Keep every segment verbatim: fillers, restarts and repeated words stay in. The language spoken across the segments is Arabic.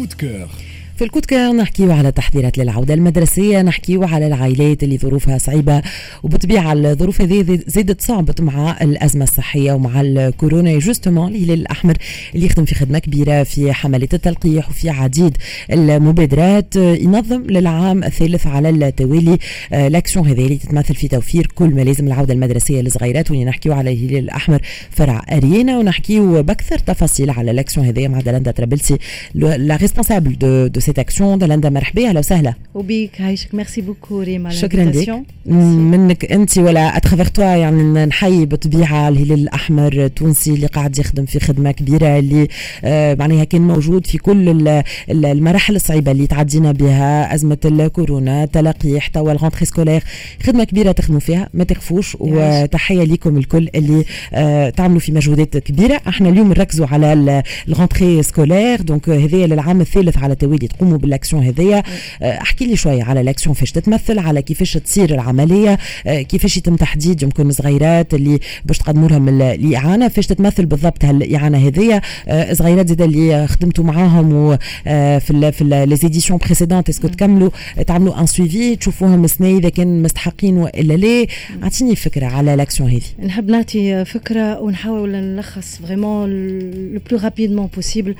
de cœur. في الكود كار نحكيو على تحضيرات للعودة المدرسية، نحكيو على العائلات اللي ظروفها صعيبة، وبالطبيعة الظروف هذه زادت صعبت مع الأزمة الصحية ومع الكورونا. جوستومون الهلال الأحمر اللي يخدم في خدمة كبيرة في حملات التلقيح وفي عديد المبادرات ينظم للعام الثالث على التوالي لاكسيون هذه اللي تتمثل في توفير كل ما لازم العودة المدرسية للصغيرات، واللي نحكيو على الهلال الأحمر فرع أريانا، ونحكيو بأكثر تفاصيل على لاكسيون هذه مع دلندا ترابلسي لا ريسبونسابل دو دو سيت اكسيون. دلندا مرحبا، اهلا وسهلا. وبيك عايشك، ميرسي بوكو ريما. شكرا لك منك انت ولا اتخافر توا، يعني نحيي بالطبيعه الهلال الاحمر التونسي اللي قاعد يخدم في خدمه كبيره، اللي آه معناها كان موجود في كل المراحل الصعيبه اللي تعدينا بها، ازمه الكورونا، تلقيح، توا الغونتري سكولير، خدمه كبيره تخدموا فيها، ما تخفوش. وتحيه لكم الكل اللي آه تعملوا في مجهودات كبيره. احنا اليوم نركزوا على الغونتري سكولير، دونك هذه للعام الثالث على توالي تقوموا بالاكسيون هذيا. احكي لي شويه على الاكسيون، فاش تتمثل، على كيفاش تصير العمليه، كيفاش يتم تحديد يمكن صغيرات اللي باش تقدموا لهم الاعانه، فاش تتمثل بالضبط هالاعانه هذيا. صغيرات زاد اللي خدمتوا معاهم وفي ال في لي زيديسيون بريسيدونت، اسكو تكملوا تعملوا ان سويفي تشوفوهم السنه اذا كان مستحقين والا لا؟ اعطيني فكره على الاكسيون هذه. نحب نعطي فكره ونحاول نلخص فريمون لو بلو رابيدمون بوسيبل.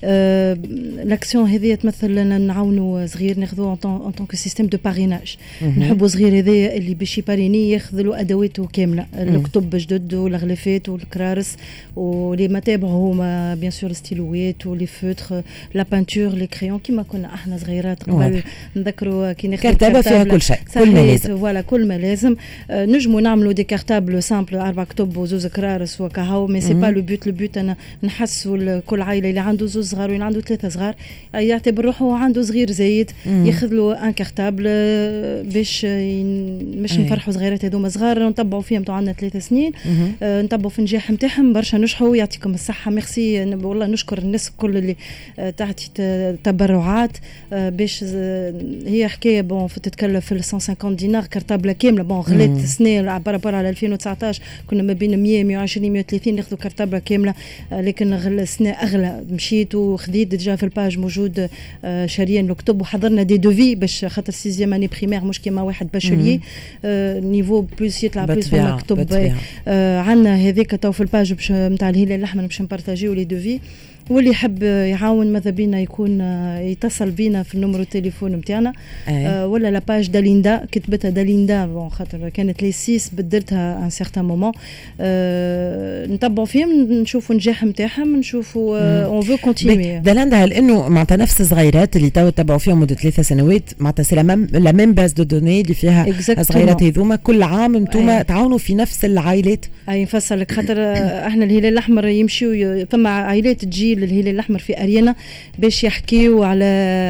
الاكسيون هذه تمثل لنا نعاونوا صغير ناخذوه ان طونك سيستيم دو باريناج. نحبوا صغير هذا اللي باش يباريني ياخذ له ادواته كامله، الكتب جدد والغلافات والكرارس ولي متابع هما بيان سور ستيلوات ولي فوتر لا بانتور لي كريون كيما كنا احنا صغيرات قبل. نذكروا كي ناخذ كرتابه فيها كل شيء، كل ما لازم. فوالا كل ما لازم. نجموا نعملوا دي كارتابل سامبل، اربع كتب وزوز كرارس وكهو، مي سي با لو بوت. لو بوت انا نحسوا كل عائله اللي عنده زوج صغار واللي عنده ثلاثه صغار يعتبر روحه عنده صغير زايد، ياخذ له ان كارتابل باش مش نفرحوا صغيرات هذوما صغار نطبعوا فيهم. تو عندنا ثلاث سنين أه نطبعوا في النجاح نتاعهم برشا، نجحوا يعطيكم الصحه. ميرسي والله، نشكر الناس الكل اللي أه تعطي تبرعات أه باش هي حكايه بون تتكلف في مئة وخمسين دينار كارتابله كامله. بون غلات سنه بارابور على ألفين وتسعطاش كنا ما بين مية مية وعشرين مية وثلاثين ناخذوا كارتابله كامله، أه لكن غل سنه اغلى. مشيت وخذيت ديجا في الباج موجود أه شاريين الكتب، وحضرنا دي دوفي باش خاطر سيزيام اني بريمير مش كيما واحد باشوليي آه نيفو بلوس يطلع بلوس في المكتب. آه عندنا هذيك تو في الباج نتاع الهلال الاحمر باش نبارطاجيو لي دوفي، واللي يحب يعاون ماذا بينا يكون يتصل بينا في النمرو التليفون نتاعنا آه ولا لا باج داليندا كتبتها داليندا بون خاطر كانت لي سيس بدلتها ان سيغتان مومون. آه نتبعوا فيهم نشوفوا النجاح نتاعهم، نشوفوا اون فو كونتينيو. داليندا هل انه معناتها نفس الصغيرات اللي تو تبعوا فيهم مده ثلاث سنوات معناتها سي لا ميم لا ميم باز دو دوني اللي فيها الصغيرات هذوما كل عام انتم تعاونوا في نفس العائلات؟ اي نفسر لك خاطر احنا الهلال الاحمر يمشيوا ثم عائلات تجي للهلال الأحمر في أريانا باش يحكيوا على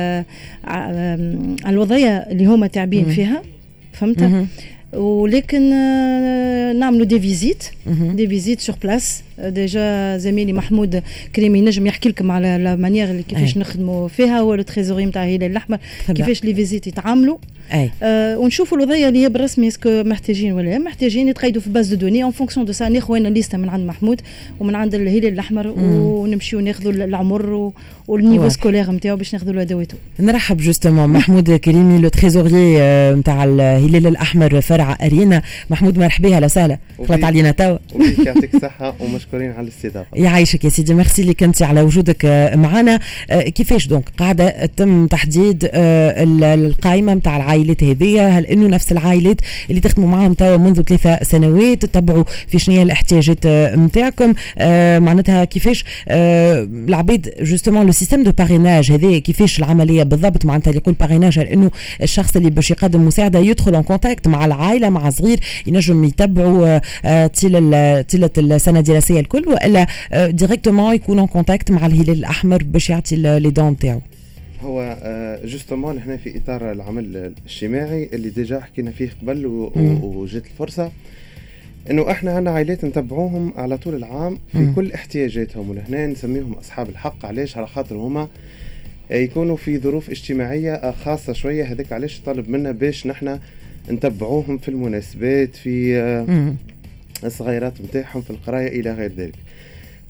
على الوضعية اللي هما تعبين فيها، فهمت؟ ولكن نعملوا دي فيزيت دي فيزيت سور بلاس. ديجا زميلي محمود كريمي نجم يحكي لكم على لا مانيير اللي كيفاش نخدموا فيها، هو التريزوري نتاع الهلال الاحمر كيفاش لي فيزيت يتعاملوا. آه ونشوفوا الوضعيه اللي هي بالرسمي اسكو محتاجين ولا محتاجين يتقيدوا في باز دو دوني اون فونكسيون دو سا. ناخذوا انا ليسته من عند محمود ومن عند الهلال الاحمر ونمشيو ناخذوا العمر والنيفو سكولير نتاعو باش ناخذوا له ادواته. نرحب جوستومون محمود كريمي لو تريزوري نتاع الهلال الاحمر فرع ارينا. محمود مرحبا، اهلا وسهلا. خلط علينا توا يعطيك الصحه ومشكورين على الاستضافه. يعيشك يا سيدي، ميرسي لك انت على وجودك معنا. كيفاش دونك قاعده تم تحديد القائمه نتاع العائلات هذه؟ هل انه نفس العائلات اللي تخدموا معهم توا منذ ثلاثة سنوات تتبعوا في شنو هي الاحتياجات نتاعكم؟ معناتها كيفاش العباد جوستومون لو سيستيم دو باريناج هذا كيفاش العمليه بالضبط؟ معناتها اللي يقول باريناج هل انه الشخص اللي باش يقدم مساعده يدخل ان كونتاكت مع العائله مع صغير ينجم يتبعوا طيله طيله السنه الدراسيه الكل، والا ديريكتومون يكون ان كونتاكت مع الهلال الاحمر باش يعطي لي دون تاعو؟ هو جوستومون هنا في اطار العمل الاجتماعي اللي ديجا حكينا فيه قبل وجت الفرصه انه احنا عندنا عائلات نتبعوهم على طول العام في م. كل احتياجاتهم، ولهنا نسميهم اصحاب الحق. علاش؟ على خاطر هما يكونوا في ظروف اجتماعيه خاصه شويه، هذاك علاش طالب منا باش نحن نتبعوهم في المناسبات، في الصغيرات نتاعهم، في القرايه الى غير ذلك.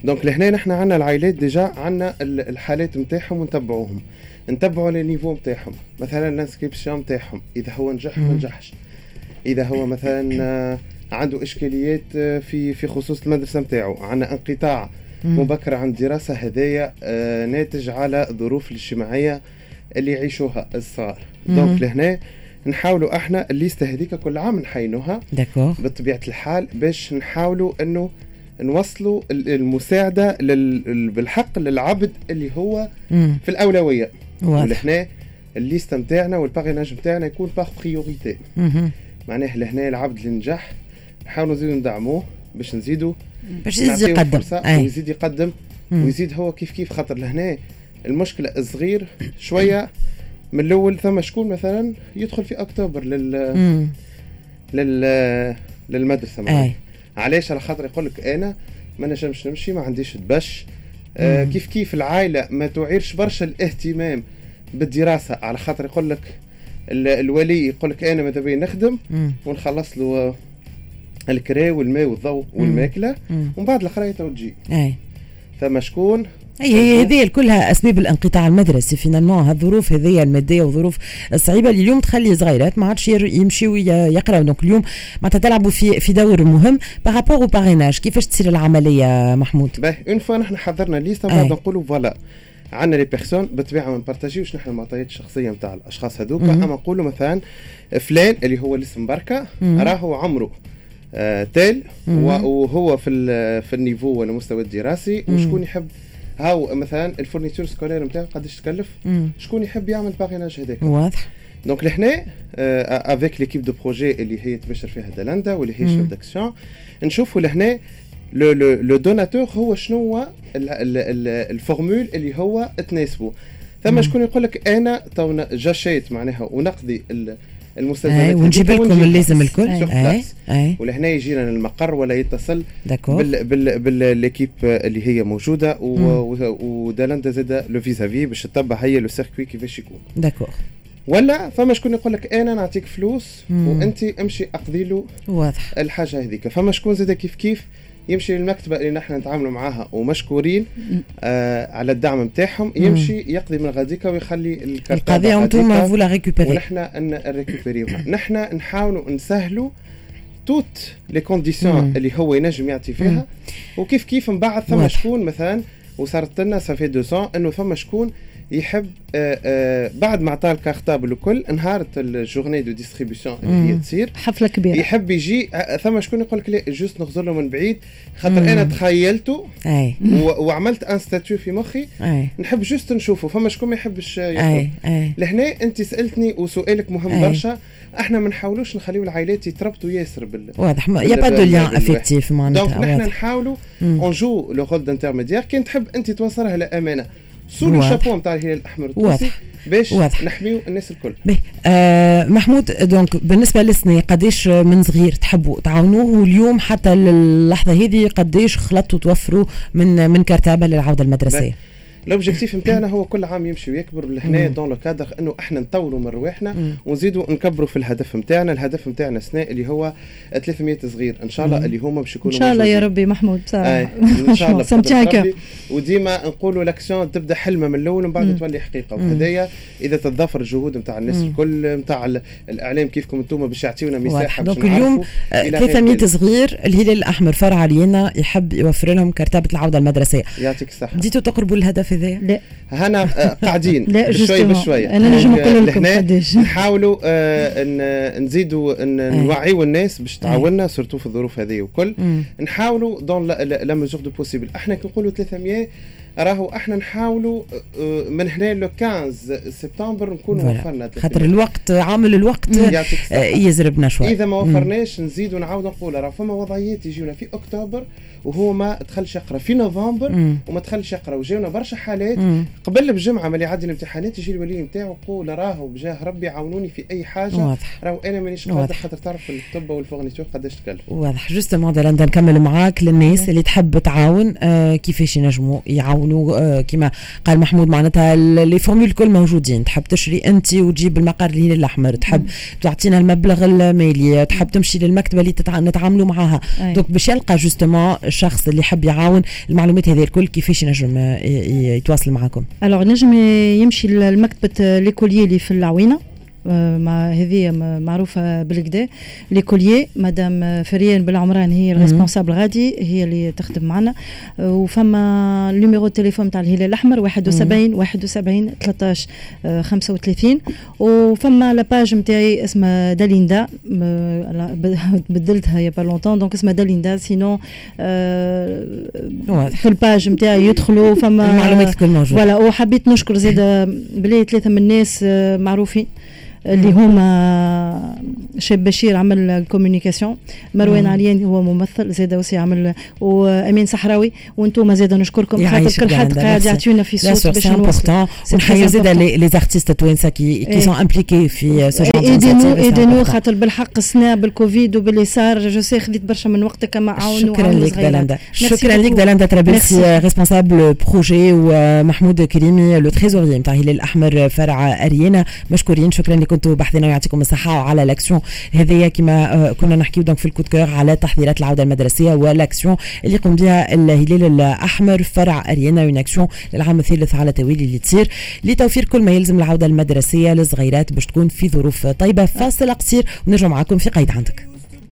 دونك لهنا نحن عندنا العائلات ديجا عندنا الحالات نتاعهم ونتبعوهم، نتبعوا النيفو نتاعهم، مثلا الانسكريبسيون نتاعهم اذا هو نجح ما نجحش، اذا هو مثلا عنده اشكاليات في في خصوص المدرسه نتاعو، عندنا انقطاع مبكر عن الدراسه، هذايا ناتج على الظروف الاجتماعيه اللي يعيشوها الصغار. دونك لهنا نحاولوا احنا الليسته هذيك كل عام نحينوها بطبيعه الحال باش نحاولوا انه نوصلوا المساعده لل... بالحق للعبد اللي هو مم. في الاولويه. ولهنا الليسته نتاعنا والباريناج نتاعنا يكون باغ بريوريتي، معناه لهنا العبد اللي نجح نحاولوا نزيدوا ندعموه باش نزيدوا باش يزيد يقدم ويزيد يقدم مم. ويزيد هو كيف كيف، خاطر لهنا المشكله الصغير شويه من الاول ثم شكون مثلا يدخل في اكتوبر لل مم. لل للمدرسه معي. علاش؟ على خاطر يقول لك انا ما نجمش نمشي، ما عنديش دبش، آه كيف كيف العائله ما تعيرش برشا الاهتمام بالدراسه، على خاطر يقول لك الولي يقول لك انا ماذا بي نخدم مم. ونخلص له الكرا والماء والضوء والماكله ومن بعد الاخرى تجي. اي ثم شكون هي هذه كلها اسباب الانقطاع المدرسي فينالمون، هالظروف هذه الماديه والظروف الصعيبه اللي اليوم تخلي صغيرات ما عادش يمشيوا يقراوا. دونك اليوم معناتها تلعبوا في في دور مهم بارابور او باريناج. كيفاش تصير العمليه محمود؟ باهي اون فوا نحن حضرنا ليست بعد نقولوا فوالا عندنا لي بيرسون بالطبيعه ما نبارطاجيوش نحن المعطيات الشخصيه نتاع الاشخاص هذوك، اما نقولوا مثلا فلان اللي هو الاسم بركه راهو عمره آه تال وهو في في النيفو ولا المستوى الدراسي، وشكون يحب هاو مثلا الفورنيتور سكولير نتاعو قداش تكلف، شكون يحب يعمل باريناج هذاك واضح. دونك لهنا افيك ليكيب دو بروجي اللي هي تبشر فيها دالندا واللي هي شيف داكسيون، نشوفوا لهنا لو لو دوناتور هو شنو هو الفورمول اللي هو تناسبه. ثم شكون يقول لك انا تو جاشيت معناها ونقضي المستلزمات ونجيب لكم اللازم الكل. اي اي ولهنا يجينا المقر ولا يتصل بال بال بالليكيب اللي هي موجوده ودالندا زاد لو فيزافي باش تتبع هي لو سيركوي كيفاش يكون. داكور. ولا فما شكون يقول لك انا نعطيك فلوس وانت امشي اقضي له واضح الحاجه هذيك. فما شكون زاد كيف كيف يمشي للمكتبه اللي نحن نتعاملوا معاها ومشكورين آه على الدعم نتاعهم، يمشي يقضي من غاديكا ويخلي الكارت القضيه انتم فولا ريكوبيري ونحن نريكوبيريوها. نحن نحاولوا نسهلوا توت لي كونديسيون اللي هو ينجم يعطي فيها مم. وكيف كيف من بعد ثم شكون مثلا وصارت لنا صافي مئتين انه ثم شكون يحب آآ آآ بعد ما عطاه الكارتابل وكل نهار الجورني دو ديستريبيسيون اللي هي تصير حفله كبيره يحب يجي ثم شكون يقول لك لا جوست نغزر له من بعيد خاطر انا تخيلته اي وعملت ان ستاتيو في مخي أي. نحب جوست نشوفه. فما شكون ما يحبش يحب. لهنا انت سالتني وسؤالك مهم برشا، احنا ما نحاولوش نخليو العائلات يتربطوا ياسر بال واضح يا با دو ليان افيكتيف معناتها. دونك نحن نحاولوا اون جو لو رول دانترميديير كان تحب انت توصلها لامانه سو لو شابو نتاع الهلال الاحمر التونسي باش نحميو الناس الكل. آه محمود دونك بالنسبه للسنه قداش من صغير تحبوا تعاونوه واليوم حتى اللحظه هذه قداش خلطتوا توفروا من من كرتابه للعوده المدرسيه؟ لوبجيكتيف نتاعنا هو كل عام يمشي ويكبر لهنا دون لو كادر انه احنا نطوروا من رواحنا ونزيدوا نكبروا في الهدف نتاعنا. الهدف نتاعنا السنه اللي هو ثلاثمية صغير ان شاء الله اللي هما باش يكونوا ان شاء الله يا ربي محمود بصراحه ان شاء الله ربي. وديما نقولوا لاكسيون تبدا حلمه من الاول ومن بعد تولي حقيقه، وهدايا اذا تتضافر الجهود نتاع الناس الكل نتاع الاعلام كيفكم انتم باش يعطيونا مساحه باش نعرفوا. اليوم ثلاثمية صغير الهلال الاحمر فرع علينا يحب يوفر لهم كرتابه العوده المدرسيه. يعطيك الصحه. بديتوا تقربوا الهدف هذا؟ لا هنا قاعدين بشوي بشوي. انا نجم نقول لكم قداش نحاولوا آه نزيدوا نوعيوا الناس باش تعاوننا سورتو في الظروف هذه وكل نحاولوا دون لا ميزور دو بوسيبل. احنا كنقولوا ثلاثمية راهو احنا نحاولوا من هنا لو خمسة سبتمبر نكونوا وفرنا خاطر الوقت عامل الوقت يزربنا شوي. اذا ما وفرناش نزيدوا نعاودوا نقول راه فما وضعيات يجيونا في اكتوبر وهو ما دخلش يقرا في نوفمبر وما دخلش يقرا وجاونا برشا حالات مم. قبل بجمعه ملي يعدي الامتحانات يجي الولي نتاعو يقول راهو بجاه ربي عاونوني في اي حاجه واضح. راهو انا مانيش قادر خاطر تعرف الطب والفورنيتور قداش تكلف. واضح. جوستومون دلندا نكمل معاك للناس اللي تحب تعاون آه كيفاش ينجموا يعاونوا آه كما قال محمود معناتها لي فورمول الكل موجودين. تحب تشري انت وتجيب المقر الهلال الاحمر، تحب تعطينا المبلغ المالي، تحب تمشي للمكتبه اللي تتع... نتعاملوا معاها. دونك باش يلقى جوستومون الشخص اللي يحب يعاون المعلومات هذه الكل كيفاش ينجم يتواصل معكم؟ الوغ نجم يمشي لمكتبه ليكوليي اللي في العوينه، مع هذه معروفه بالكدا ليكوليي. مدام فريان بالعمران هي الريسبونسابل غادي، هي اللي تخدم معنا. وفما النيميرو التليفون تاع الهلال الاحمر واحد وسبعين واحد وسبعين ثلاثطاش خمسة وثلاثين. وفما لاباج نتاعي اسمها داليندا، بدلتها يا با لونطون دونك اسمها داليندا. سينو في الباج نتاعي يدخلوا فما المعلومات الكل موجوده. فوالا. وحبيت نشكر زيد بلي ثلاثه من الناس معروفين اللي هما شاب بشير عمل الكوميونيكاسيون، مروان عليان هو ممثل زاد وسي عمل، وامين صحراوي. وانتم زاد نشكركم خاطر كل حد قاعد يعطينا في صوت باش نوصلوا. ونحيي زاد لي زارتيست التوانسه كي كي سون امبليكي في سو جون ايدينو ايدينو خاطر بالحق السنه بالكوفيد وباللي صار جو سي خديت برشا من وقتك كما عاونوا. شكرا لك دالندا. شكرا لك دالندا ترابلسي ريسبونسابل بروجي، ومحمود كريمي لو تريزوريي نتاع الهلال الاحمر فرع اريانا. مشكورين، شكرا لكم كنتوا باحثين ويعطيكم الصحة على لاكسيون هذه كما كنا نحكيو دونك في الكود كور على تحضيرات العودة المدرسية ولاكسيون اللي يقوم بها الهلال الأحمر فرع أريانا، اون اكسيون للعام الثالث على توالي اللي تصير لتوفير كل ما يلزم العودة المدرسية للصغيرات باش تكون في ظروف طيبة. فاصل قصير ونرجع معكم في قيد عندك.